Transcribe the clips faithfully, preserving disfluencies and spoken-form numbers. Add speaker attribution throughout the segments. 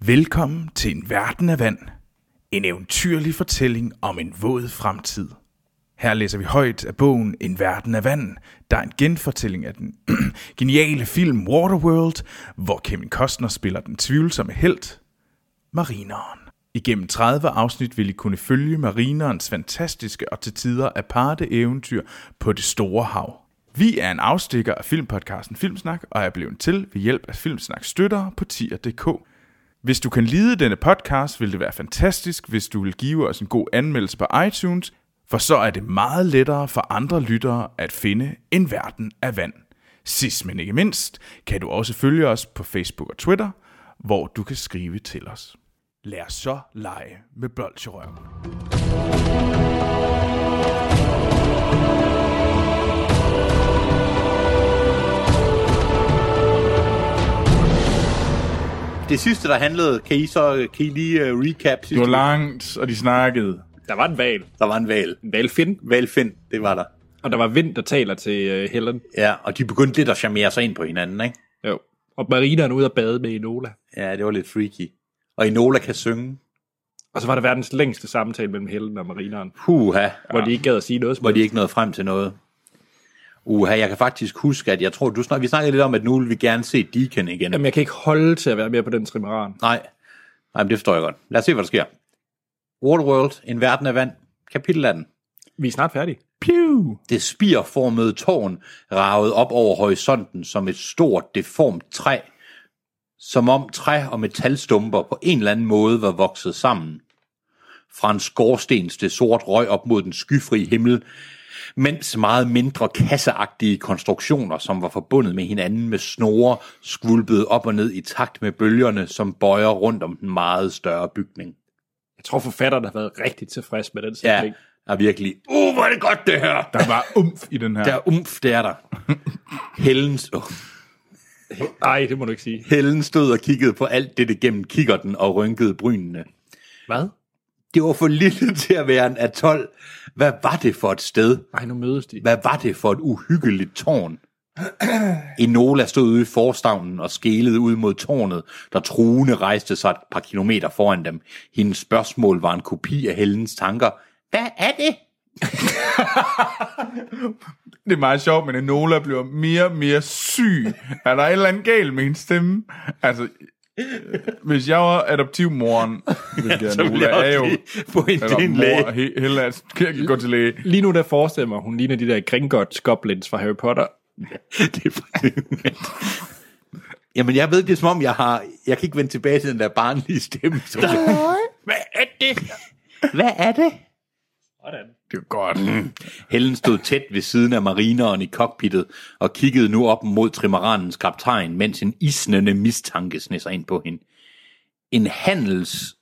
Speaker 1: Velkommen til En Verden af Vand. En eventyrlig fortælling om en våd fremtid. Her læser vi højt af bogen En Verden af Vand, der er en genfortælling af den geniale film Waterworld, hvor Kevin Costner spiller den tvivlsomme helt, marineren. Igennem tredive afsnit vil I kunne følge marinerens fantastiske og til tider aparte eventyr på det store hav. Vi er en afstikker af filmpodcasten Filmsnak, og er blevet til ved hjælp af Filmsnak støttere på tier punktum d k. Hvis du kan lide denne podcast, vil det være fantastisk, hvis du vil give os en god anmeldelse på iTunes, for så er det meget lettere for andre lyttere at finde En Verden af Vand. Sidst men ikke mindst, kan du også følge os på Facebook og Twitter, hvor du kan skrive til os. Lad os så lege med bolsjerøven.
Speaker 2: Det sidste, der handlede, kan I så kan I lige uh, recap?
Speaker 1: Det var langt, og de snakkede.
Speaker 3: Der var en val.
Speaker 2: Der var en val.
Speaker 3: En valfind.
Speaker 2: Valfind, det var der.
Speaker 3: Og der var vind, der taler til uh, Helen.
Speaker 2: Ja, og de begyndte lidt at charmere sig ind på hinanden, ikke?
Speaker 3: Jo. Og Marina er ude at bade med Enola.
Speaker 2: Ja, det var lidt freaky. Og Enola kan synge.
Speaker 3: Og så var der verdens længste samtale mellem Helen og Marineren.
Speaker 2: Puha.
Speaker 3: Hvor de ikke gad at sige noget.
Speaker 2: Hvor de ikke nåede frem til noget. Uha, jeg kan faktisk huske, at jeg tror, du snak, vi snakkede lidt om, at nu vil vi gerne se Deacon igen.
Speaker 3: Jamen, jeg kan ikke holde til at være mere på den trimaran.
Speaker 2: Nej, Nej, men det forstår jeg godt. Lad os se, hvad der sker. Waterworld, En Verden af Vand, kapitel atten.
Speaker 3: Vi er snart færdige.
Speaker 2: Pew! Det spirformede tårn ragede op over horisonten som et stort, deformt træ, som om træ og metalstumper på en eller anden måde var vokset sammen. Fra en skorsten steg sort røg op mod den skyfri himmel, mens meget mindre kasseagtige konstruktioner, som var forbundet med hinanden med snore, skvulpede op og ned i takt med bølgerne, som bøjer rundt om den meget større bygning.
Speaker 3: Jeg tror, forfatteren har været rigtig tilfreds med den sætning.
Speaker 2: Ja, er virkelig. Uh, hvor er det godt, det her!
Speaker 1: Der var umf i den her.
Speaker 2: Der er umf, det er der. Helen, oh.
Speaker 3: Ej, det må du ikke sige.
Speaker 2: Helen stod og kiggede på alt det gennem kikkerten og rynkede brynene.
Speaker 3: Hvad?
Speaker 2: Det var for lille til at være en atol. Hvad var det for et sted?
Speaker 3: Ej, nu mødes de.
Speaker 2: Hvad var det for et uhyggeligt tårn? Enola stod ude i forstavnen og skelede ud mod tårnet, der truende rejste sig et par kilometer foran dem. Hendes spørgsmål var en kopi af Helens tanker. Hvad er det?
Speaker 1: Det er meget sjovt, men Enola bliver mere og mere syg. Er der et eller andet galt med hendes stemme? Altså, hvis jeg var adoptivmoren,
Speaker 2: ja, så ville jeg
Speaker 1: er jo,
Speaker 2: få en din læge.
Speaker 1: He, heller kan gå til læge.
Speaker 3: Lige nu der forestiller mig, hun ligner de der Gringotts goblins fra Harry Potter.
Speaker 2: Ja, det er faktisk... Jamen, jeg ved det, som om jeg har... Jeg kan ikke vende tilbage til den der barnlige stemme. Hvad er det? Hvad er det?
Speaker 3: Hvordan?
Speaker 1: Det er godt. Mm.
Speaker 2: Helen stod tæt ved siden af marineren i cockpittet og kiggede nu op mod trimaranens kaptajn, mens en isnende mistanke sned sig ind på hende. En handels...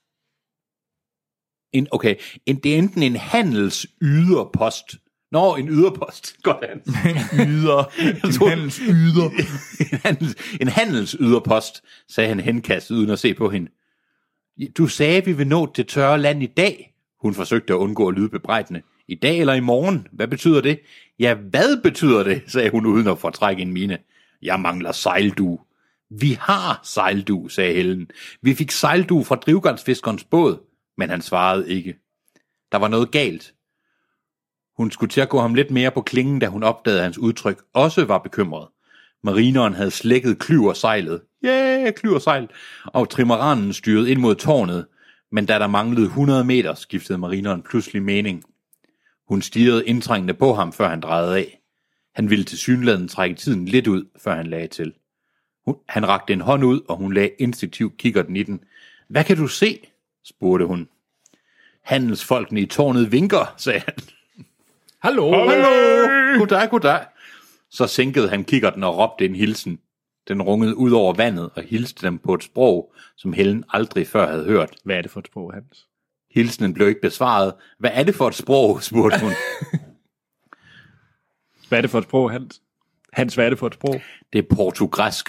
Speaker 2: En, okay, en, det er enten en handels yderpost. Nå, en yderpost. Godt, Hans.
Speaker 1: En yder. En handels yder.
Speaker 2: en, handels, en handels yderpost, sagde han henkastet uden at se på hende. Du sagde, vi vil nå det tørre land i dag. Hun forsøgte at undgå at lyde bebrejdende. I dag eller i morgen? Hvad betyder det? Ja, hvad betyder det? Sagde hun uden at fortrække en mine. Jeg mangler sejldu. Vi har sejldu, sagde Helen. Vi fik sejldu fra drivgarnsfiskerens båd, men han svarede ikke. Der var noget galt. Hun skulle til at gå ham lidt mere på klingen, da hun opdagede, at hans udtryk også var bekymret. Marineren havde slækket klyversejlet. Ja, yeah, klyversejl. Og trimaranen styrede ind mod tårnet. Men da der manglede hundrede meter, skiftede marineren pludselig mening. Hun stirrede indtrængende på ham, før han drejede af. Han ville tilsyneladende trække tiden lidt ud, før han lagde til. Hun, han rakte en hånd ud, og hun lagde instinktivt kikkerten i den. Hvad kan du se? Spurgte hun. Handelsfolkene i tårnet vinker, sagde han.
Speaker 3: Hallo!
Speaker 2: Hallo! Goddag, goddag. Så sænkede han kikkerten og råbte en hilsen. Den rungede ud over vandet og hilste dem på et sprog, som Helen aldrig før havde hørt.
Speaker 3: Hvad er det for et sprog, Hans?
Speaker 2: Hilsenen blev ikke besvaret. Hvad er det for et sprog, spurgte hun.
Speaker 3: Hvad er det for et sprog, Hans? Hans, hvad er det for et sprog?
Speaker 2: Det er portugræsk.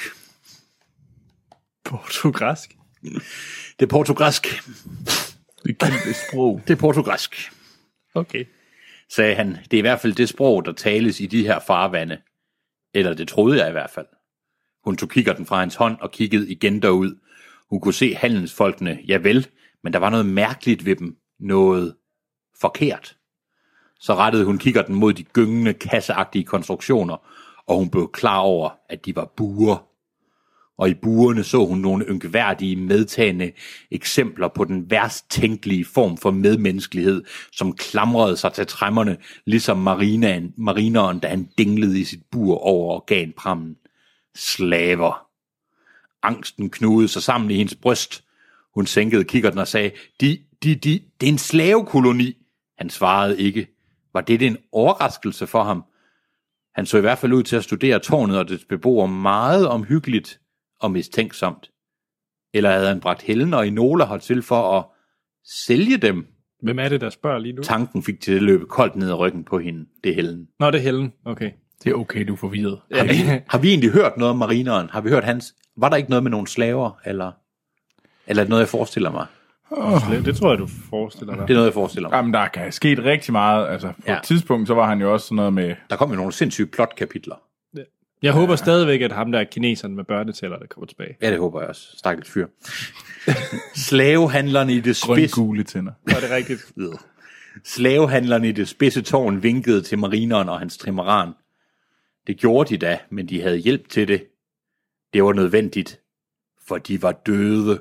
Speaker 3: Portugræsk?
Speaker 2: Det er portugræsk.
Speaker 1: Det kendte sprog.
Speaker 2: Det er portugræsk.
Speaker 3: Okay.
Speaker 2: Sagde han. Det er i hvert fald det sprog, der tales i de her farvande. Eller det troede jeg i hvert fald. Hun tog kikkerten fra hans hånd og kiggede igen derud. Hun kunne se handelsfolkene, ja vel, men der var noget mærkeligt ved dem, noget forkert. Så rettede hun kikkerten mod de gyngende, kasseagtige konstruktioner, og hun blev klar over, at de var buer. Og i buerne så hun nogle ynkværdige, medtagende eksempler på den værst tænkelige form for medmenneskelighed, som klamrede sig til træmmerne, ligesom marinaen, marineren, da han dinglede i sit bur over organprammen. Slaver. Angsten knugede sig sammen i hendes bryst. Hun sænkede kikkerten og sagde, de, de, de, det er en slavekoloni. Han svarede ikke. Var det en overraskelse for ham? Han så i hvert fald ud til at studere tårnet og dets beboere meget omhyggeligt og mistænksomt. Eller havde han bragt Helen og Enola hertil for at sælge dem?
Speaker 3: Hvem er det, der spørger lige nu?
Speaker 2: Tanken fik til at løbe koldt ned ad ryggen på hende. Det er Helen.
Speaker 3: Nå, det er Helen. Okay.
Speaker 1: Det er okay, du er forvirret.
Speaker 2: Har vi, har vi egentlig hørt noget om marineren? Har vi hørt hans? Var der ikke noget med nogle slaver? Eller, eller er det noget, jeg forestiller mig?
Speaker 3: Oh. Det tror jeg, du forestiller dig.
Speaker 2: Det er noget, jeg forestiller mig.
Speaker 1: Jamen, der kan have sket rigtig meget. Altså, på
Speaker 2: Ja.
Speaker 1: et tidspunkt, så var han jo også sådan noget med...
Speaker 2: Der kom jo nogle sindssyge plotkapitler.
Speaker 3: Jeg håber stadigvæk, at ham der kineseren med børnetæller, der kommer tilbage.
Speaker 2: Ja, det håber jeg også. Stakkels fyr. Slavehandlerne i det spids...
Speaker 1: grøn-gule tænder.
Speaker 3: Var det rigtigt?
Speaker 2: Slavehandlerne i det spidse tårn vinkede til marineren og hans trimaran. Det gjorde de da, men de havde hjælp til det. Det var nødvendigt, for de var døde.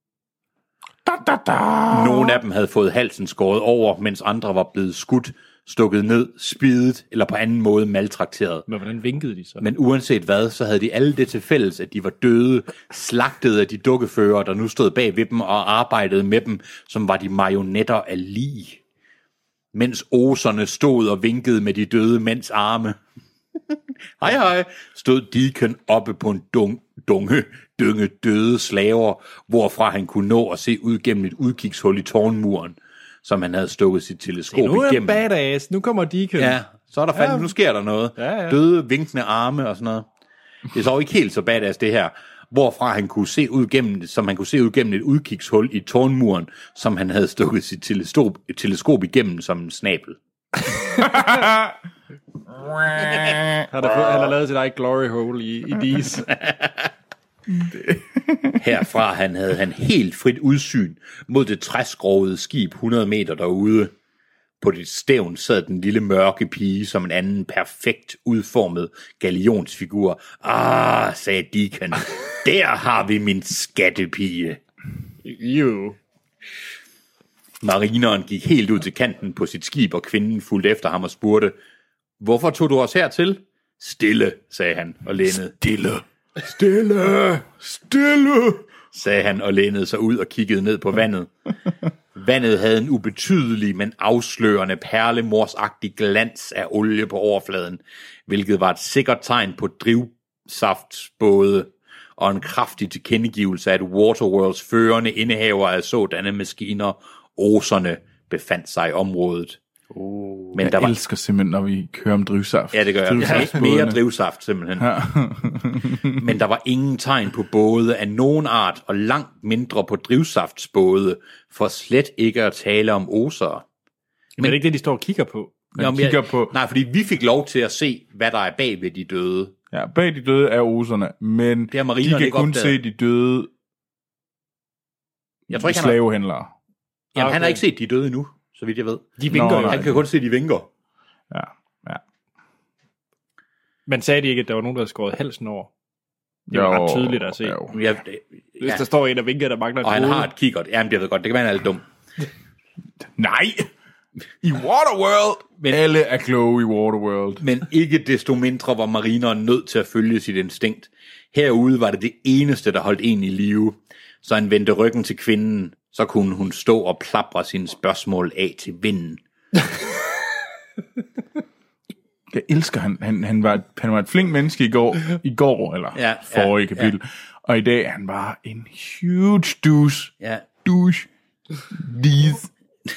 Speaker 1: Da, da, da.
Speaker 2: Nogle af dem havde fået halsen skåret over, mens andre var blevet skudt, stukket ned, spidet eller på anden måde maltrakteret.
Speaker 3: Men hvordan vinkede de så?
Speaker 2: Men uanset hvad, så havde de alle det til fælles, at de var døde, slagtede af de dukkefører, der nu stod bag ved dem og arbejdede med dem, som var de marionetter af lig. Mens oserne stod og vinkede med de døde mænds arme. Hej hej, stod Deacon oppe på en dung, dunge, dynge døde slaver, hvorfra han kunne nå at se ud gennem et udkigshul i tårnmuren, som han havde stukket sit teleskop
Speaker 3: nu er
Speaker 2: igennem.
Speaker 3: badass, nu kommer Deacon.
Speaker 2: Ja, så er der fandme,
Speaker 3: Ja.
Speaker 2: nu sker der noget.
Speaker 3: Ja, ja.
Speaker 2: Døde, vinkende arme og sådan noget. Det er så ikke helt så badass det her, hvorfra han kunne se ud gennem, som han kunne se ud gennem et udkigshul i tårnmuren, som han havde stukket sit teleskop, et teleskop igennem som en snabel.
Speaker 3: Han har, fået, han har lavet sit eget glory hole i, i dis.
Speaker 2: Herfra han havde han helt frit udsyn mod det træskrovede skib hundrede meter derude. På det stævn sad den lille mørke pige som en anden perfekt udformet galionsfigur. Ah, sagde Deacon, der har vi min skattepige.
Speaker 3: Jo.
Speaker 2: Marineren gik helt ud til kanten på sit skib, og kvinden fulgte efter ham og spurgte, hvorfor tog du os hertil? Stille, sagde han og lænede. Stille.
Speaker 1: Stille! Stille!
Speaker 2: Sagde han og lænede sig ud og kiggede ned på vandet. Vandet havde en ubetydelig, men afslørende perlemorsagtig glans af olie på overfladen, hvilket var et sikkert tegn på drivsaftsbåde og en kraftig tilkendegivelse af, at Waterworlds førende indehaver af sådanne maskiner, oserne, befandt sig i området.
Speaker 1: Oh,
Speaker 2: Men
Speaker 1: jeg
Speaker 2: der var...
Speaker 1: elsker simpelthen, når vi kører om drivsaft.
Speaker 2: Ja, det gør jeg.
Speaker 1: Drivsaftbådene.
Speaker 2: Mere drivsaft, simpelthen. Ja. Men der var ingen tegn på både af nogen art, og langt mindre på drivsaftsbåde, for slet ikke at tale om oser.
Speaker 3: Men er det ikke det, de står og kigger på?
Speaker 1: Man
Speaker 2: Nå, men
Speaker 1: kigger
Speaker 2: jeg,
Speaker 1: på...
Speaker 2: Nej, fordi vi fik lov til at se, hvad der er bag ved de døde.
Speaker 1: Ja, bag de døde er oserne, men
Speaker 2: Det har
Speaker 1: de
Speaker 2: marinerne
Speaker 1: kan
Speaker 2: ikke
Speaker 1: kun
Speaker 2: opdaget.
Speaker 1: se de døde
Speaker 2: Jeg tror ikke, han har,
Speaker 1: slavehandlere.
Speaker 2: jamen,
Speaker 3: Okay.
Speaker 2: han har ikke set de døde endnu, så vidt jeg ved.
Speaker 3: De vinker
Speaker 1: Nå,
Speaker 3: jo.
Speaker 1: nej.
Speaker 2: Han kan kun se, de vinker.
Speaker 1: Ja, ja.
Speaker 3: Men sagde de ikke, at der var nogen, der havde skåret halsen over? Det var
Speaker 1: Jo,
Speaker 3: ret tydeligt at se.
Speaker 1: jo.
Speaker 2: Ja,
Speaker 3: Hvis
Speaker 2: ja.
Speaker 3: der står en, der vinker, der mangler et
Speaker 2: Og han
Speaker 3: hoved.
Speaker 2: har et kikkert. Jamen, det ved jeg godt. Det kan være, han er lidt dum.
Speaker 1: Nej! I Waterworld! Men alle er kloge i Waterworld.
Speaker 2: Men ikke desto mindre var marineren nødt til at følge sit instinkt. Herude var det det eneste, der holdt en i live. Så han vendte ryggen til kvinden. Så kunne hun stå og plapre sine spørgsmål af til vinden.
Speaker 1: Jeg elsker han. Han, han, var, han var et flink menneske i går, i går eller
Speaker 2: Ja,
Speaker 1: forrige
Speaker 2: ja,
Speaker 1: kapitel. Ja. Og i dag er han bare en huge douche.
Speaker 2: Ja.
Speaker 1: Douche. These.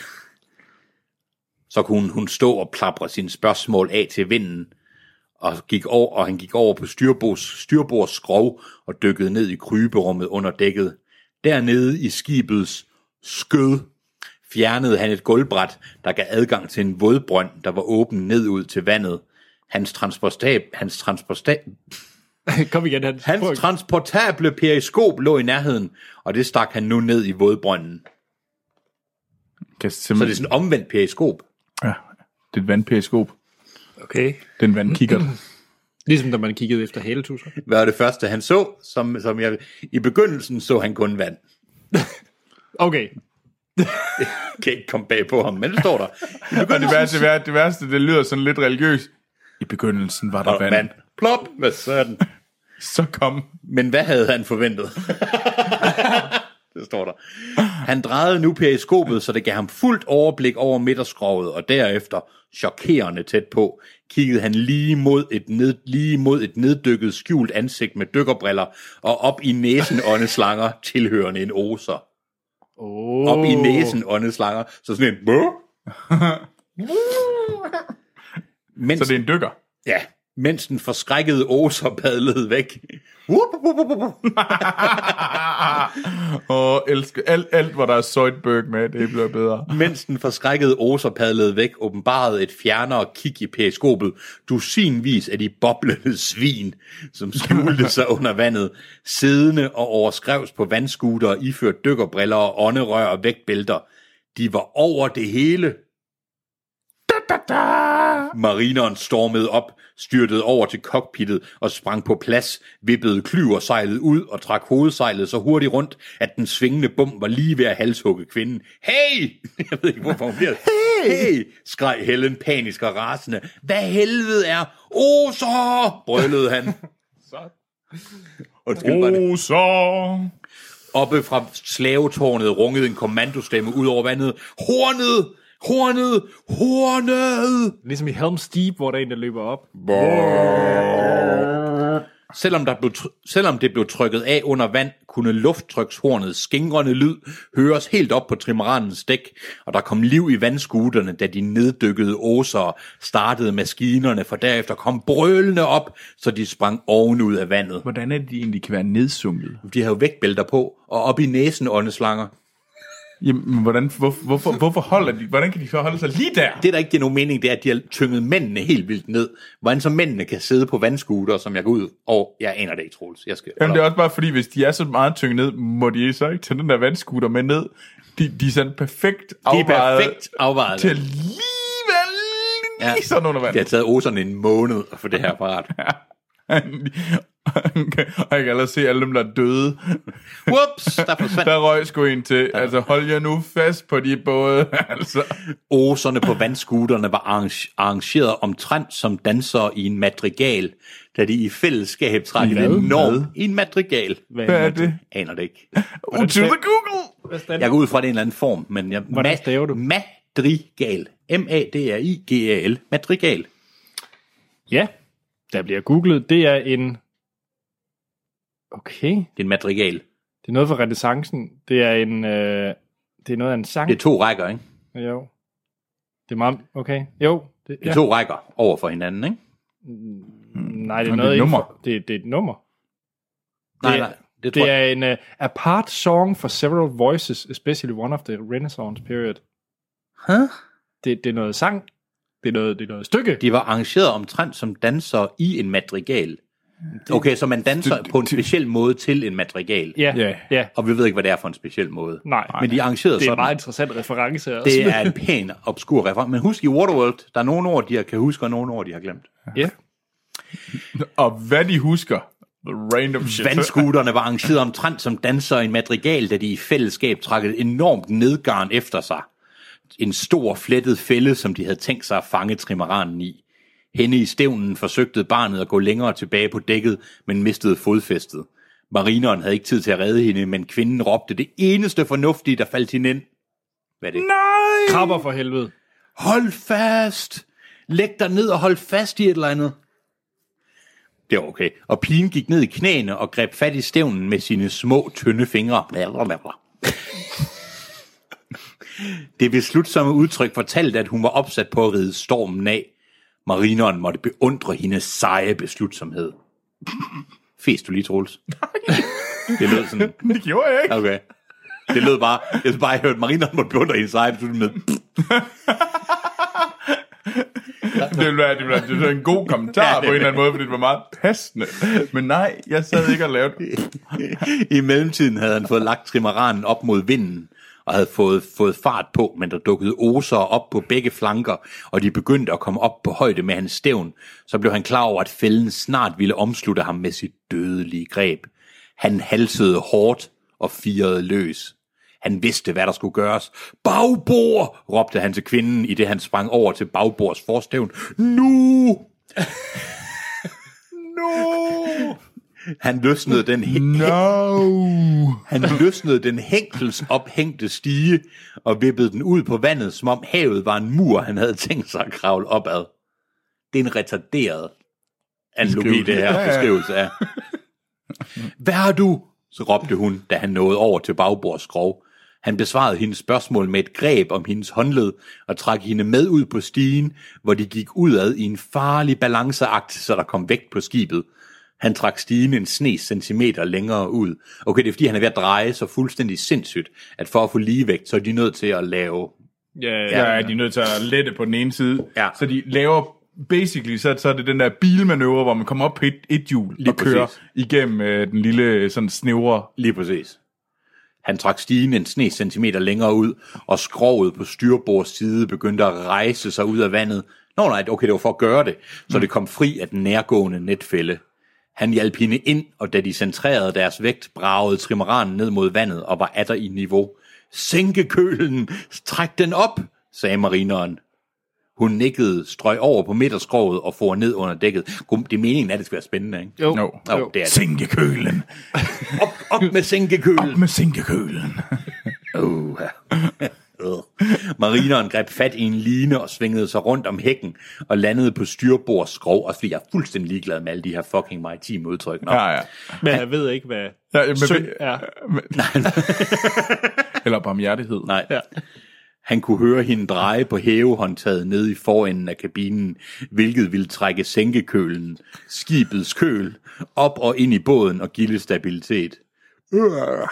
Speaker 2: Så kunne hun stå og plapre sine spørgsmål af til vinden. Og, gik over, og han gik over på styrbords, styrbords skrov og dykkede ned i kryberummet under dækket. Dernede i skibets skød fjernede han et gulvbræt, der gav adgang til en vådbrønd, der var åben ned ud til vandet. Hans transportstab, hans transportstab,
Speaker 3: Kom igen, Hans.
Speaker 2: Hans
Speaker 3: Prøv.
Speaker 2: transportable periskop lå i nærheden, og det stak han nu ned i vådbrønden.
Speaker 1: Kan
Speaker 2: Så det er sådan en omvendt periskop.
Speaker 1: Ja, det er et vandperiskop.
Speaker 3: Okay.
Speaker 1: Det er en vandkikkert.
Speaker 3: Ligesom da man kiggede efter hæletusser.
Speaker 2: Hvad var det første, han så? Som, som jeg, I begyndelsen så han kun vand.
Speaker 3: Okay.
Speaker 2: Kan ikke komme bag på ham, men det står der.
Speaker 1: Og det værste, det, værste, det værste, det lyder sådan lidt religiøst. I begyndelsen var der
Speaker 2: Og
Speaker 1: vand.
Speaker 2: vand. Plop, hvad sådan.
Speaker 1: Så kom.
Speaker 2: Men hvad havde han forventet? Det står der. Han drejede nu periskopet, så det gav ham fuldt overblik over midterskroget, og derefter, chokerende tæt på, kiggede han lige mod et, ned, lige mod et neddykket, skjult ansigt med dykkerbriller, og op i næsen åndeslanger, tilhørende en oser.
Speaker 3: Oh.
Speaker 2: Op i næsen åndeslanger, så sådan en... Mens,
Speaker 1: Så det er en dykker.
Speaker 2: ja, mens den forskrækkede oser padlede væk.
Speaker 1: Åh, elsker alt, alt, hvor der er Zoidberg med, det bliver bedre.
Speaker 2: Mens den forskrækkede oser padlede væk, åbenbarede et fjernere kig i periskopet dusinvis af de boblende svin, som skjulte sig under vandet, siddende og overskrevs på vandskuter, iført dykkerbriller og ånderør og vægtbælter. De var over det hele. Da, da, da. Marineren stormede op, styrtede over til cockpittet og sprang på plads, vippede klyversejlet ud og trak hovedsejlet så hurtigt rundt, at den svingende bum var lige ved at halshugge kvinden. Hey! Jeg ved ikke, hvorfor hun bliver... Hey! Hey! Skreg Helen panisk og rasende. Hvad helvede er... Åh, så! Brølede han. Undskyld, var det.
Speaker 1: Åh, så...
Speaker 2: Oppe fra slavetårnet rungede en kommandostemme ud over vandet. Hornet! Hornet! Hornet!
Speaker 3: Ligesom i Helm's Deep, hvor der er en, der løber op.
Speaker 2: Selvom, der blev tr- selvom det blev trykket af under vand, kunne lufttrykshornets skingrende lyd høres helt op på trimaranens dæk, og der kom liv i vandskuterne, da de neddykkede åser startede maskinerne, for derefter kom brølende op, så de sprang ovenud af vandet.
Speaker 1: Hvordan er det, de egentlig kan være nedsunket?
Speaker 2: De havde vægtbælter på, og op i næsen åndeslanger.
Speaker 1: Jamen, hvordan, hvor, hvorfor, hvorfor holder de, hvordan kan de så holde sig lige der?
Speaker 2: Det, der ikke giver nogen mening, det er, at de har tynget mændene helt vildt ned. Hvordan så mændene kan sidde på vandskuter, som jeg går ud, og jeg aner det ikke, Troels. Jeg skal,
Speaker 1: Jamen, det er også bare fordi, hvis de er så meget tynget ned, må de så ikke tage den der vandskuter med ned. De, de er sådan perfekt
Speaker 2: de er
Speaker 1: afvejet
Speaker 2: perfekt afvejet.
Speaker 1: til at lige være lige ja. sådan under vand.
Speaker 2: Det har taget oserne en måned for det her apparat.
Speaker 1: Og jeg kan allerede se alle dem, der er døde.
Speaker 2: Whoops, der forsvandt.
Speaker 1: Der røg sgu en til. Altså, hold jer nu fast på de både. Altså.
Speaker 2: Oserne på vandskuterne var arrange- arrangeret omtrent som dansere i en madrigal, da de i fællesskab trak
Speaker 1: Hvad?
Speaker 2: en enorm
Speaker 1: Hvad?
Speaker 2: i en madrigal.
Speaker 1: Hvad er det?
Speaker 2: Aner det ikke.
Speaker 1: Oh, to the Google!
Speaker 2: Jeg går ud fra, det er en eller anden form, men jeg...
Speaker 3: Hvordan staver du?
Speaker 2: Madrigal. M A D R I G A L. Madrigal.
Speaker 3: Ja, der bliver googlet. Det er en... Okay.
Speaker 2: Det er en madrigal.
Speaker 3: Det er noget fra renaissancen. Det er en... Øh... Det er noget af en sang.
Speaker 2: Det er to rækker, ikke?
Speaker 3: Jo. Det er meget... Okay. Jo. Det,
Speaker 2: Det er to rækker over for hinanden, ikke?
Speaker 3: Nej, det er
Speaker 1: Nå,
Speaker 3: noget...
Speaker 1: det er et nummer.
Speaker 3: For... Det, det er et nummer.
Speaker 2: Nej,
Speaker 3: Det er-
Speaker 2: nej. Det, tror
Speaker 3: Det
Speaker 2: jeg.
Speaker 3: er en uh, apart song for several voices, especially one of the Renaissance period.
Speaker 2: Huh?
Speaker 3: Det, det er noget sang. Det er noget, det er noget stykke.
Speaker 2: De var arrangeret omtrent som dansere i en madrigal. Okay, så man danser
Speaker 1: Det- det-
Speaker 2: på en speciel måde til en madrigal.
Speaker 3: Ja,
Speaker 1: Ja.
Speaker 3: ja.
Speaker 2: Og vi ved ikke, hvad det er for en speciel måde.
Speaker 3: Nej.
Speaker 2: Men de er arrangeret
Speaker 3: Det er en
Speaker 2: sådan.
Speaker 3: meget interessant reference også.
Speaker 2: Det er en pæn, obskur reference. Men husk i Waterworld, der er nogle ord, de kan huske, og nogle ord, de har glemt.
Speaker 3: Ja.
Speaker 1: Og hvad de husker. The random shit.
Speaker 2: Vandskuterne var arrangeret omtrent som dansere i en madrigal, da de i fællesskab trak et enormt nedgarn efter sig. En stor flettet fælde, som de havde tænkt sig at fange trimaranen i. Henne i stævnen forsøgte barnet at gå længere tilbage på dækket, men mistede fodfæstet. Marineren havde ikke tid til at redde hende, men kvinden råbte det eneste fornuftige, der faldt hende ind. Hvad er det?
Speaker 1: Nej!
Speaker 3: Krabber for helvede.
Speaker 2: Hold fast! Læg dig ned og hold fast i et eller andet. Det var okay. Og pigen gik ned i knæene og greb fat i stævnen med sine små, tynde fingre. Det beslutsomme udtryk fortalte, at hun var opsat på at ride stormen af. Marineren måtte beundre hendes seje beslutsomhed. Fæs du lige, Troels? Det lød sådan.
Speaker 1: Det gjorde jeg ikke.
Speaker 2: Okay. Det lød bare, jeg synes bare, jeg hørte, marineren måtte beundre hendes seje beslutsomhed.
Speaker 1: det ville være, det ville være, det ville være en god kommentar ja, på en eller anden måde, fordi det var meget passende. Men nej, jeg sad ikke og lavede det.
Speaker 2: I mellemtiden havde han fået lagt trimaranen op mod vinden, og havde fået, fået fart på, men der dukkede oser op på begge flanker, og de begyndte at komme op på højde med hans stævn. Så blev han klar over, at fælden snart ville omslutte ham med sit dødelige greb. Han halsede hårdt og firede løs. Han vidste, hvad der skulle gøres. Bagbord, råbte han til kvinden, i det han sprang over til bagbords forstævn. Nu!
Speaker 1: No!
Speaker 2: Han løsnede den hæ-
Speaker 1: No!
Speaker 2: Han løsnede den hænkels ophængte stige og vippede den ud på vandet, som om havet var en mur, han havde tænkt sig at kravle opad. Det er en retarderet analogi, det her beskrivelse af. Hvad har du? Så råbte hun, da han nåede over til bagbords skrov. Han besvarede hendes spørgsmål med et greb om hendes håndled og trak hende med ud på stigen, hvor de gik udad i en farlig balanceakt, så der kom vægt på skibet. Han trak stigen en snes centimeter længere ud. Okay, det er fordi, han er ved at dreje så fuldstændig sindssygt, at for at få ligevægt, så er de nødt til at lave...
Speaker 1: Ja, ja, ja, de er nødt til at lette på den ene side.
Speaker 2: Ja.
Speaker 1: Så de laver... Basically, så, så er det den der bilmanøvre, hvor man kommer op på et, et hjul lige og kører præcis igennem øh, den lille sådan snævre...
Speaker 2: Lige præcis. Han trak stigen en snes centimeter længere ud, og skroget på styrbords side begyndte at rejse sig ud af vandet. Nå nej, okay, det var for at gøre det, så mm. det kom fri af den nærgående netfælde. Han hjalp hende ind, og da de centrerede deres vægt, bragede trimaranen ned mod vandet og var atter i niveau. Sænke kølen, træk den op, sagde marineren. Hun nikkede, strøg over på midterskroget og for ned under dækket. Det er meningen, at det skal være spændende, ikke?
Speaker 3: Jo.
Speaker 2: No. No,
Speaker 1: jo.
Speaker 2: Det er det.
Speaker 1: Sænkekølen.
Speaker 2: Op, op med sænkekølen.
Speaker 1: Op med sænkekølen.
Speaker 2: uh, Marineren greb fat i en line og svingede sig rundt om hækken og landede på styrbords skrov. Og fordi jeg er fuldstændig ligeglad med alle de her fucking maritime udtryk. Nå.
Speaker 1: Ja, ja.
Speaker 3: Men jeg ved ikke, hvad
Speaker 1: ja, men,
Speaker 3: synd er.
Speaker 1: Men, eller barmhjertighed.
Speaker 2: Nej. Ja. Han kunne høre hende dreje på hævehåndtaget nede i forenden af kabinen, hvilket ville trække sænkekølen, skibets køl, op og ind i båden og give stabilitet. Øh.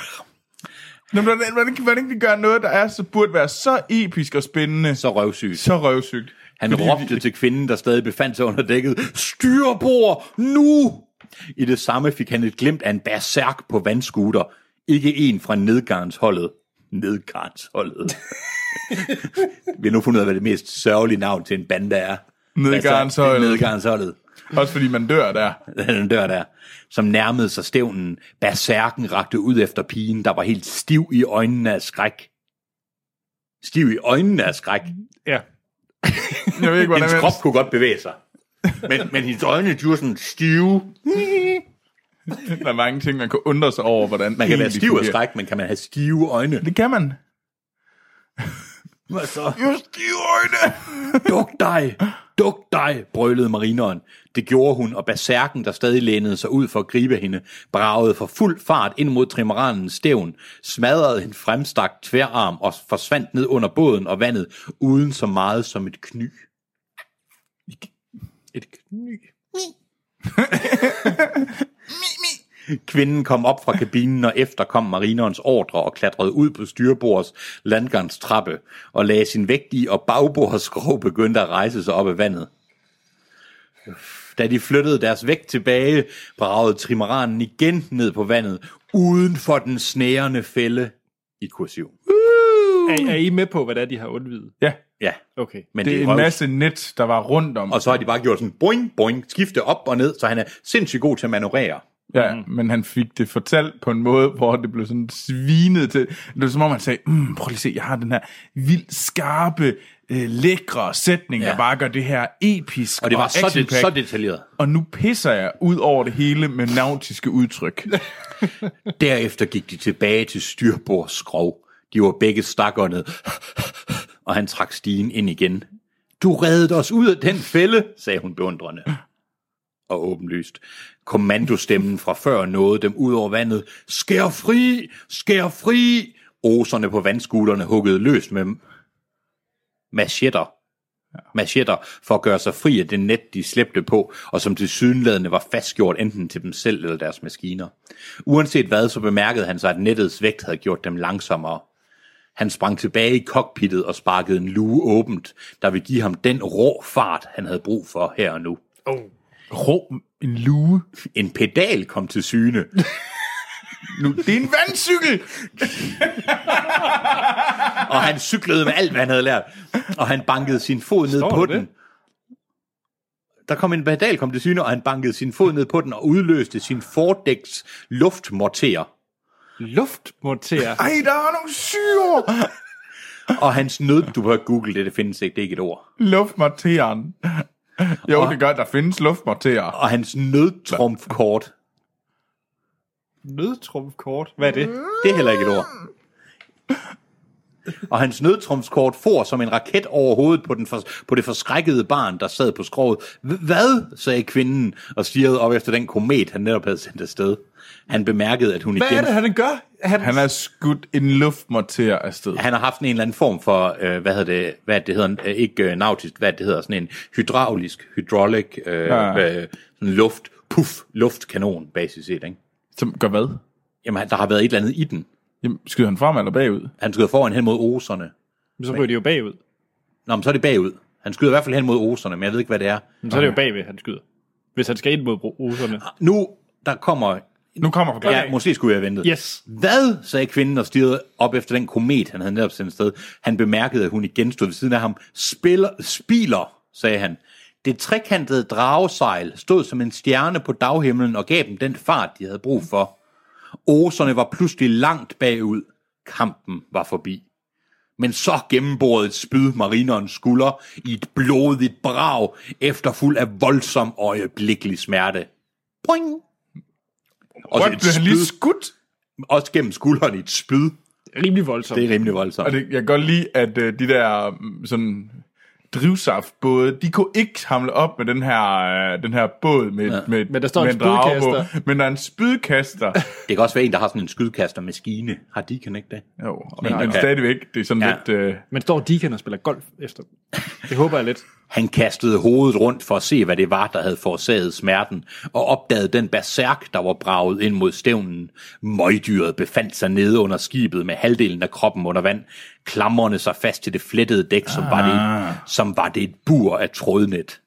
Speaker 1: Nå, hvordan, hvordan, hvordan kan gøre noget, der er, så burde være så episk og spændende?
Speaker 2: Så røvsygt.
Speaker 1: Så røvsygt.
Speaker 2: Han Fordi råbte vi... til kvinden, der stadig befandt sig under dækket, styrbord, nu! I det samme fik han et glimt af en berserk på vandskuter, ikke en fra nedgarnsholdet. Nedgarnsholdet. Vi har nu fundet ud af, hvad det mest sørgelige navn til en bande er.
Speaker 1: Nedgarnsholdet.
Speaker 2: Nedgarnsholdet.
Speaker 1: Også fordi man dør der.
Speaker 2: Den dør der. Som nærmede sig stævnen. Berserken rakte ud efter pigen, der var helt stiv i øjnene af skræk. Stiv i øjnene af skræk?
Speaker 3: Ja.
Speaker 1: Jeg ved ikke,
Speaker 2: hendes krop kunne godt bevæge sig. Men, men hendes øjne, de var sådan stive.
Speaker 1: Der er mange ting, man kan undre sig over, hvordan...
Speaker 2: Man kan være stiv af skræk, men kan man have stive øjne?
Speaker 1: Det kan man.
Speaker 2: Hvad så?
Speaker 1: Jeg har stive øjne!
Speaker 2: Duk dig! Duk dig! Brølede marineren. Det gjorde hun, og berserken, der stadig lænede sig ud for at gribe hende, bragede for fuld fart ind mod trimaranens stævn, smadrede en fremstrakt tværarm og forsvandt ned under båden og vandet, uden så meget som et kny. Et kny. Kvinden kom op fra kabinen og efterkom marinerens ordre og klatrede ud på styrbords landgangstrappe og lagde sin vægt i, og bagbords skrov begyndte at rejse sig op af vandet. Da de flyttede deres vægt tilbage, bragede trimaranen igen ned på vandet, uden for den snærende fælde i kursiv.
Speaker 3: Uh! Er, er I med på, hvad det er, de har undvidet?
Speaker 1: Ja.
Speaker 2: Ja.
Speaker 3: Okay.
Speaker 1: Men det, det er en røvs. masse net, der var rundt om.
Speaker 2: Og så har de bare gjort sådan boing, boing, skifte op og ned, så han er sindssygt god til at manøvrere.
Speaker 1: Ja, mm. men han fik det fortalt på en måde, hvor det blev sådan svinet til. Det var som om han sagde, mm, prøv lige at se, jeg har den her vildt skarpe, øh, lækre sætning, ja. der bare gør det her episk.
Speaker 2: Og det var og så, det, så detaljeret.
Speaker 1: Og nu pisser jeg ud over det hele med nautiske udtryk.
Speaker 2: Derefter gik de tilbage til styrbords skrov. De var begge stakåndede, og han trak stigen ind igen. Du reddede os ud af den fælde, sagde hun beundrende. Og åbenlyst. Kommandostemmen fra før nåede dem ud over vandet. Skær fri! Skær fri! Oserne på vandskulderne huggede løst med machetter. Machetter for at gøre sig fri af det net, de slæbte på, og som tilsyneladende var fastgjort enten til dem selv eller deres maskiner. Uanset hvad, så bemærkede han sig, at nettets vægt havde gjort dem langsommere. Han sprang tilbage i cockpittet og sparkede en luge åbent, der ville give ham den rå fart, han havde brug for her og nu.
Speaker 1: Oh. Rå, en luge.
Speaker 2: En pedal kom til syne.
Speaker 1: Nu, det er en vandcykel!
Speaker 2: Og han cyklede med alt, hvad han havde lært. Og han bankede sin fod ned
Speaker 3: Står
Speaker 2: på
Speaker 3: det?
Speaker 2: den. Der kom en pedal kom til syne, og han bankede sin fod ned på den og udløste sin fordæks luftmorter.
Speaker 3: Luftmontere.
Speaker 1: Ej, der er nogle syre!
Speaker 2: Og hans nød, du bør google det, det findes ikke, det er ikke et ord.
Speaker 1: Luftmorteren. Jo,
Speaker 2: Og-
Speaker 1: det gør, der findes luftmorterer.
Speaker 2: Og hans nødtrumfkort,
Speaker 3: Nødtrumfkort. Hvad er det?
Speaker 2: det er heller ikke et ord. Og hans nødtrumfkort for som en raket over hovedet på, den for, på det forskrækkede barn, der sad på skroget. Hvad, sagde kvinden, og stirrede op efter den komet, han netop havde sendt afsted. Han bemærkede, at hun
Speaker 3: Hvad
Speaker 2: igen...
Speaker 3: er det, han gør? Han,
Speaker 1: Han har skudt en luftmorter afsted.
Speaker 2: Han har haft en eller anden form for, øh, hvad hedder det, hvad det hedder, øh, ikke øh, nautisk, hvad det hedder, sådan en hydraulisk, hydraulic, øh,
Speaker 1: Ja.
Speaker 2: øh, sådan luft, puff, luftkanon, basis set, ikke?
Speaker 1: Som gør hvad?
Speaker 2: Jamen, der har været et eller andet i den.
Speaker 1: Jamen, skyder han frem eller bagud?
Speaker 2: Han skyder foran hen mod oserne.
Speaker 3: så ryger de jo bagud.
Speaker 2: Nå, men så er det bagud. Han skyder i hvert fald hen mod oserne, men jeg ved ikke, hvad det er.
Speaker 3: Men så er det jo bagved, han skyder. Hvis han skal ind mod bruserne.
Speaker 2: Nu, der kommer...
Speaker 1: Nu kommer forklaringen.
Speaker 2: Ja, måske skulle jeg have ventet.
Speaker 3: Yes.
Speaker 2: Hvad, sagde kvinden og stirrede op efter den komet, han havde netop sendt sted. Han bemærkede, at hun igen stod ved siden af ham. Spiller, spiler, sagde han. Det trekantede dragesejl stod som en stjerne på daghimlen og gav dem den fart, de havde brug for. Oserne var pludselig langt bagud. Kampen var forbi. Men så gennemborede et spyd marinerens skulder i et blodigt brag, efterfuld af voldsom og øjeblikkelig smerte. Boing! Og
Speaker 1: What, blev han lige skudt?
Speaker 2: også gennem skulderen i et spyd.
Speaker 3: Rimelig voldsomt.
Speaker 2: Det er rimelig voldsomt.
Speaker 1: Og det, jeg kan godt lide, at øh, de der mm, sådan drivsaftbåde, de kunne ikke hamle op med den her, øh, den her båd med, ja. med,
Speaker 3: Men der står
Speaker 1: med
Speaker 3: en
Speaker 1: drage
Speaker 3: spydkaster.
Speaker 1: på. Men der er en spydkaster.
Speaker 2: Det kan også være en, der har sådan en skydkastermaskine. Har de kan ikke det?
Speaker 1: Jo,
Speaker 2: Men
Speaker 1: men,
Speaker 2: det
Speaker 1: men
Speaker 2: kan-
Speaker 1: stadigvæk, det er sådan
Speaker 2: Ja.
Speaker 1: lidt... Øh,
Speaker 3: Men står Deacon og spiller golf efter. Det håber jeg lidt.
Speaker 2: Han kastede hovedet rundt for at se, hvad det var, der havde forårsaget smerten, og opdagede den berserk, der var braget ind mod stævnen. Møgdyret befandt sig nede under skibet med halvdelen af kroppen under vand, klamrende sig fast til det flettede dæk, som, ah. var, det et, som var det et bur af trådnet.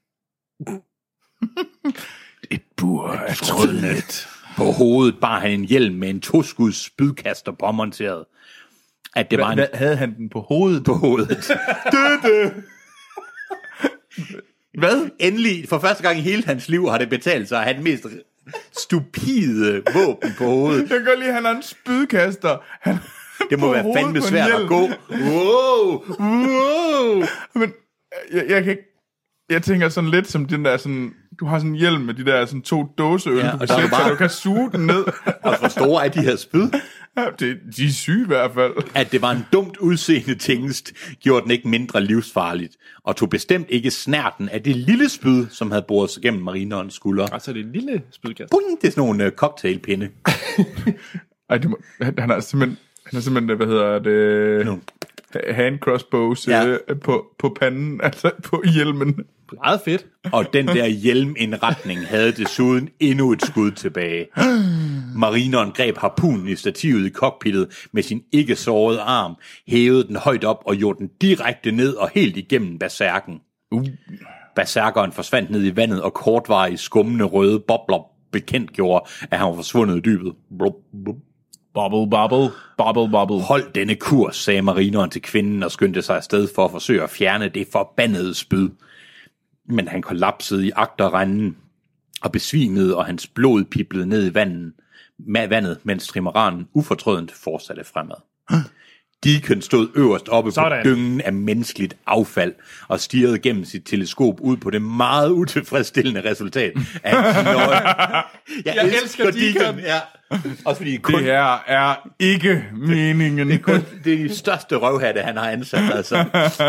Speaker 1: et bur af trådnet.
Speaker 2: På hovedet bar han en hjelm med en toskuds spydkaster påmonteret. At det var
Speaker 1: Hva,
Speaker 2: en
Speaker 1: hva, havde han den på hovedet?
Speaker 2: på hovedet.
Speaker 1: Hvad?
Speaker 2: Endelig, for første gang i hele hans liv, har det betalt sig at have den mest stupide våben på hovedet.
Speaker 1: Jeg kan godt lide, at han har en spydkaster. Han
Speaker 2: Det må
Speaker 1: på
Speaker 2: være
Speaker 1: hovedet
Speaker 2: fandme
Speaker 1: på en
Speaker 2: svært at
Speaker 1: hjelm.
Speaker 2: gå. Wow, wow.
Speaker 1: Men jeg, jeg kan ikke... Jeg tænker sådan lidt som den der sådan... Du har sådan en hjelm med de der sådan to dåseøl,
Speaker 2: Ja,
Speaker 1: ja, du
Speaker 2: og
Speaker 1: kan
Speaker 2: der er
Speaker 1: sætte,
Speaker 2: bare-
Speaker 1: så du kan suge den ned.
Speaker 2: Og hvor store er de her spyd?
Speaker 1: Ja, det, de er syge i hvert fald.
Speaker 2: At det var en dumt udseende tingest, gjorde den ikke mindre livsfarligt, og tog bestemt ikke snærten af det lille spyd, som havde boret sig gennem marinerens skulder.
Speaker 3: Altså, det er en lille spydkast.
Speaker 2: Boing, det er sådan nogle uh, cocktailpinde.
Speaker 1: Ej, det må, han, han har simpelthen... Han har simpelthen, hvad hedder det...
Speaker 2: Nu.
Speaker 1: Hand crossbows
Speaker 2: Ja.
Speaker 1: ja. øh, på, på panden, altså på hjelmen.
Speaker 3: Meget fedt.
Speaker 2: Og den der hjelmindretning havde desuden endnu et skud tilbage. Marineren greb harpunen i stativet i cockpittet med sin ikke sårede arm, hævede den højt op og gjorde den direkte ned og helt igennem berserken.
Speaker 1: Uh.
Speaker 2: Berserkeren forsvandt ned i vandet, og kortvarige skummende røde bobler bekendt gjorde, at han var forsvundet i dybet. Blub, blub.
Speaker 1: Bobble, bobble, bobble, bobble.
Speaker 2: Hold denne kurs, sagde marineren til kvinden og skyndte sig afsted for at forsøge at fjerne det forbandede spyd. Men han kollapsede i agterrenden og besvimede, og hans blod piblede ned i vandet, med vandet, mens trimaranen ufortrødent fortsatte fremad. Deacon stod øverst oppe
Speaker 3: Sådan.
Speaker 2: på dyngen af menneskeligt affald og stirrede gennem sit teleskop ud på det meget utilfredsstillende resultat af en nøje. Jeg,
Speaker 3: Jeg elsker Deacon.
Speaker 2: Ja. Også fordi kun,
Speaker 1: Det her er ikke meningen.
Speaker 2: det er kun det er de største røvhatte, han har ansat. Altså.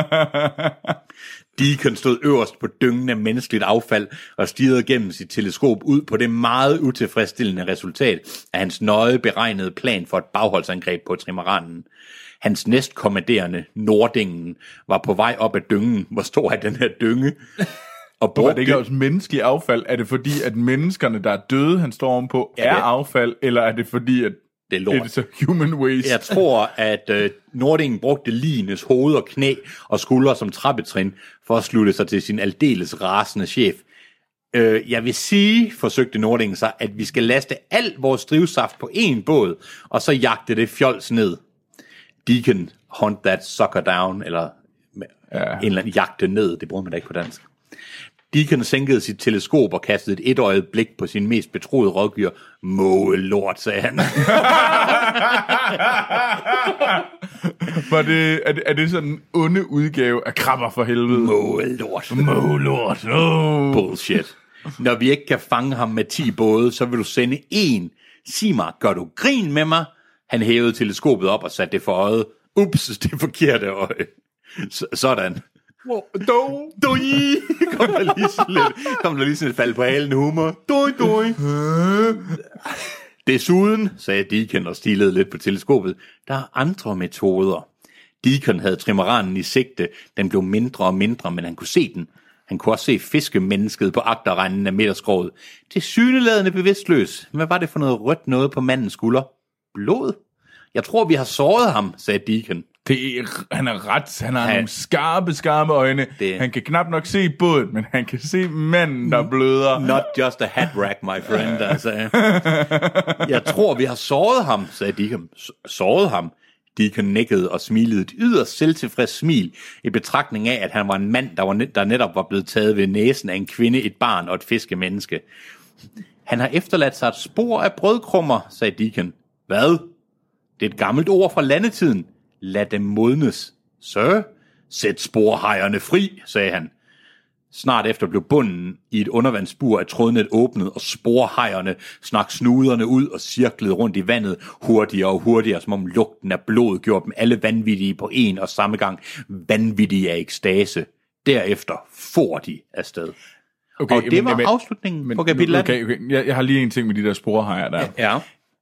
Speaker 2: Deacon stod øverst på dyngen af menneskeligt affald og stirrede gennem sit teleskop ud på det meget utilfredsstillende resultat af hans nøje beregnede plan for et bagholdsangreb på trimaranen. Hans næstkommanderende, Nordingen, var på vej op ad dyngen. Hvor stor er den her dynge? Og
Speaker 1: Hvor er det
Speaker 2: brugte,
Speaker 1: ikke også menneskelig affald? Er det fordi, at menneskerne, der er døde, han står ovenpå,
Speaker 2: Ja,
Speaker 1: er
Speaker 2: det-
Speaker 1: affald? Eller er det fordi, at
Speaker 2: Det er lort.
Speaker 1: It's a human waste.
Speaker 2: Jeg tror, at øh, Nordingen brugte Lines hoved og knæ og skuldre som trappetrin for at slutte sig til sin aldeles rasende chef. Øh, jeg vil sige, forsøgte Nordingen sig, at vi skal laste al vores drivsaft på én båd, og så jagte det fjols ned. Deacon hunt that sucker down, eller ja. en eller anden jagte ned, det bruger man da ikke på dansk. Deacon sænkede sit teleskop og kastede et etøjet blik på sin mest betroede rådgyr. Måge lort, sagde han.
Speaker 1: Var det, er, det, er det sådan en onde udgave af krabber for helvede?
Speaker 2: Måge lort.
Speaker 1: Måge lort. Oh.
Speaker 2: Bullshit. Når vi ikke kan fange ham med ti både, så vil du sende en. Sig mig, gør du grin med mig? Han hævede teleskopet op og satte det for øjet. Ups, det forkerte øje. S- sådan.
Speaker 1: Do.
Speaker 2: Doi. Kom der lige sådan lidt, kom der lige sådan et fald på halen humor. Doi, doi. Desuden, sagde Deacon og stilede lidt på teleskopet, der er andre metoder. Deacon havde trimaranen i sigte. Den blev mindre og mindre, men han kunne se den. Han kunne også se fiskemennesket på agterrenden af midterskroget. Det syneladende bevidstløs. Hvad var det for noget rødt noget på mandens skulder? Blod? Jeg tror, vi har såret ham, sagde Deacon.
Speaker 1: Det er, han er ret. Han har
Speaker 2: Han-
Speaker 1: nogle skarpe, skarpe øjne.
Speaker 2: Det-
Speaker 1: Han kan knap nok se båden, men han kan se manden, der bløder.
Speaker 2: Not just a hat rack, my friend, altså. Jeg tror, vi har såret ham, sagde Deacon. S- Såret ham? Deacon nikkede og smilede et yderst selvtilfreds smil i betragtning af, at han var en mand, der, var net, der netop var blevet taget ved næsen af en kvinde, et barn og et fiskemenneske. Han har efterladt sig et spor af brødkrummer, sagde Deacon. Hvad? Det er et gammelt ord fra landetiden. Lad dem modnes. Sir, sæt sporhejerne fri, sagde han. Snart efter blev bunden i et undervandsbur af trådnet åbnet, og sporhejerne snak snuderne ud og cirklede rundt i vandet hurtigere og hurtigere, som om lugten af blod gjorde dem alle vanvittige på en og samme gang, vanvittige af ekstase. Derefter for de afsted.
Speaker 1: Okay,
Speaker 2: Og det var afslutningen
Speaker 1: men,
Speaker 2: på kapitel atten.
Speaker 1: Okay, okay. Jeg, jeg har lige en ting med de der sporhejer der.
Speaker 2: Ja,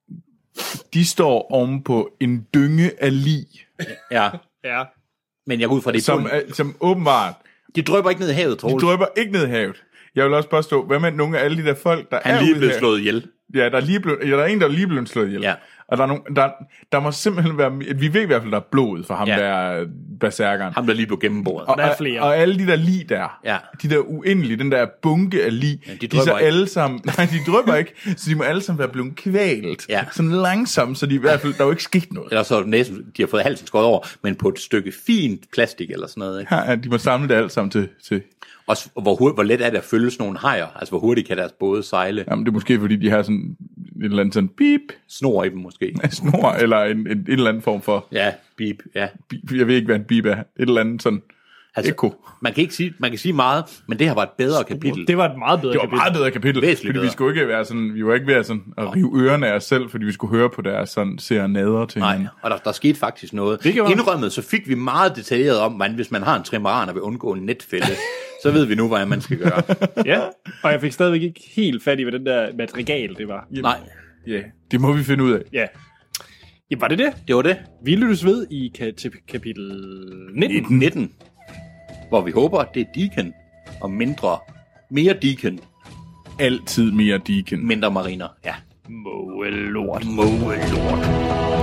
Speaker 1: De står oven på en dynge af lig,
Speaker 2: ja.
Speaker 3: Ja.
Speaker 2: Men jeg går ud fra det i
Speaker 1: som,
Speaker 2: bunden.
Speaker 1: er- som åbenbart,
Speaker 2: De drøber ikke ned i havet,
Speaker 1: de
Speaker 2: Troels.
Speaker 1: drøber ikke ned i havet. Jeg vil også påstå, hvad med nogle af alle de der folk, der
Speaker 2: Han
Speaker 1: er
Speaker 2: er lige
Speaker 1: ude
Speaker 2: blevet
Speaker 1: her?
Speaker 2: slået ihjel.
Speaker 1: Ja, der er, lige blevet, ja, der er en, der er lige blevet slået ihjel.
Speaker 2: Ja.
Speaker 1: Og der, er nogle, der, der må simpelthen være... Vi ved i hvert fald, der er blod for ham
Speaker 2: Ja.
Speaker 1: der berserkeren.
Speaker 2: Ham, der lige blev gennemboret.
Speaker 1: Og,
Speaker 3: der er
Speaker 1: og-
Speaker 3: flere.
Speaker 1: Og alle de der lig der,
Speaker 2: Ja.
Speaker 1: de der uendelige, den der bunke af lig,
Speaker 2: Ja, de
Speaker 1: de, de så
Speaker 2: drypper ikke.
Speaker 1: alle sammen, nej, de drøber ikke, så de må alle sammen være blevet kvalt.
Speaker 2: Ja.
Speaker 1: Sådan langsomt, så de i hvert fald, der er jo ikke sket noget.
Speaker 2: Eller så er det næsten, de har fået halsen skåret over, men på et stykke fint plastik eller sådan noget. Ikke?
Speaker 1: Ja, de må samle det alt sammen til... til
Speaker 2: Også hvor, hurtigt, hvor let er det at følge sådan nogle hajer? Altså, hvor hurtigt kan deres både sejle?
Speaker 1: jamen, det er måske, fordi de har sådan et eller andet sådan bip,
Speaker 2: Snor i dem måske.
Speaker 1: snor, eller en, en, en eller anden form for...
Speaker 2: Ja, bip, ja.
Speaker 1: Bip, jeg ved ikke, hvad en bip er. Et eller andet sådan...
Speaker 2: Altså,
Speaker 1: Ekko.
Speaker 2: man kan ikke sige, man kan sige meget, men det her var et bedre kapitel.
Speaker 3: Det var et meget bedre
Speaker 1: Det var
Speaker 3: kapitel.
Speaker 1: meget bedre kapitel,
Speaker 2: Væsentligt
Speaker 1: fordi
Speaker 2: bedre.
Speaker 1: vi skulle ikke være sådan, vi var ikke ved at, sådan, at rive ørerne af os selv, fordi vi skulle høre på deres sådan serenader til
Speaker 2: Nej,
Speaker 1: hinanden.
Speaker 2: og der, der skete faktisk noget.
Speaker 3: Det gjorde-
Speaker 2: Indrømmet, så fik vi meget detaljeret om, hvordan hvis man har en trimaran og vil undgå en netfælde, så ved vi nu, hvad man skal gøre.
Speaker 3: Ja, og jeg fik stadigvæk ikke helt fat i, hvad den der madrigal det var.
Speaker 2: Nej,
Speaker 1: Ja, yeah, det må vi finde ud af.
Speaker 3: Ja. Ja, var det det?
Speaker 2: det var det.
Speaker 3: Vi lyttes ved i ka- til kapitel nitten.
Speaker 2: nitten, hvor vi håber, at det er Deacon, og mindre, mere Deacon,
Speaker 1: Altid mere Deacon.
Speaker 2: mindre mariner. Ja.
Speaker 3: Måge lort.
Speaker 2: Måge lort.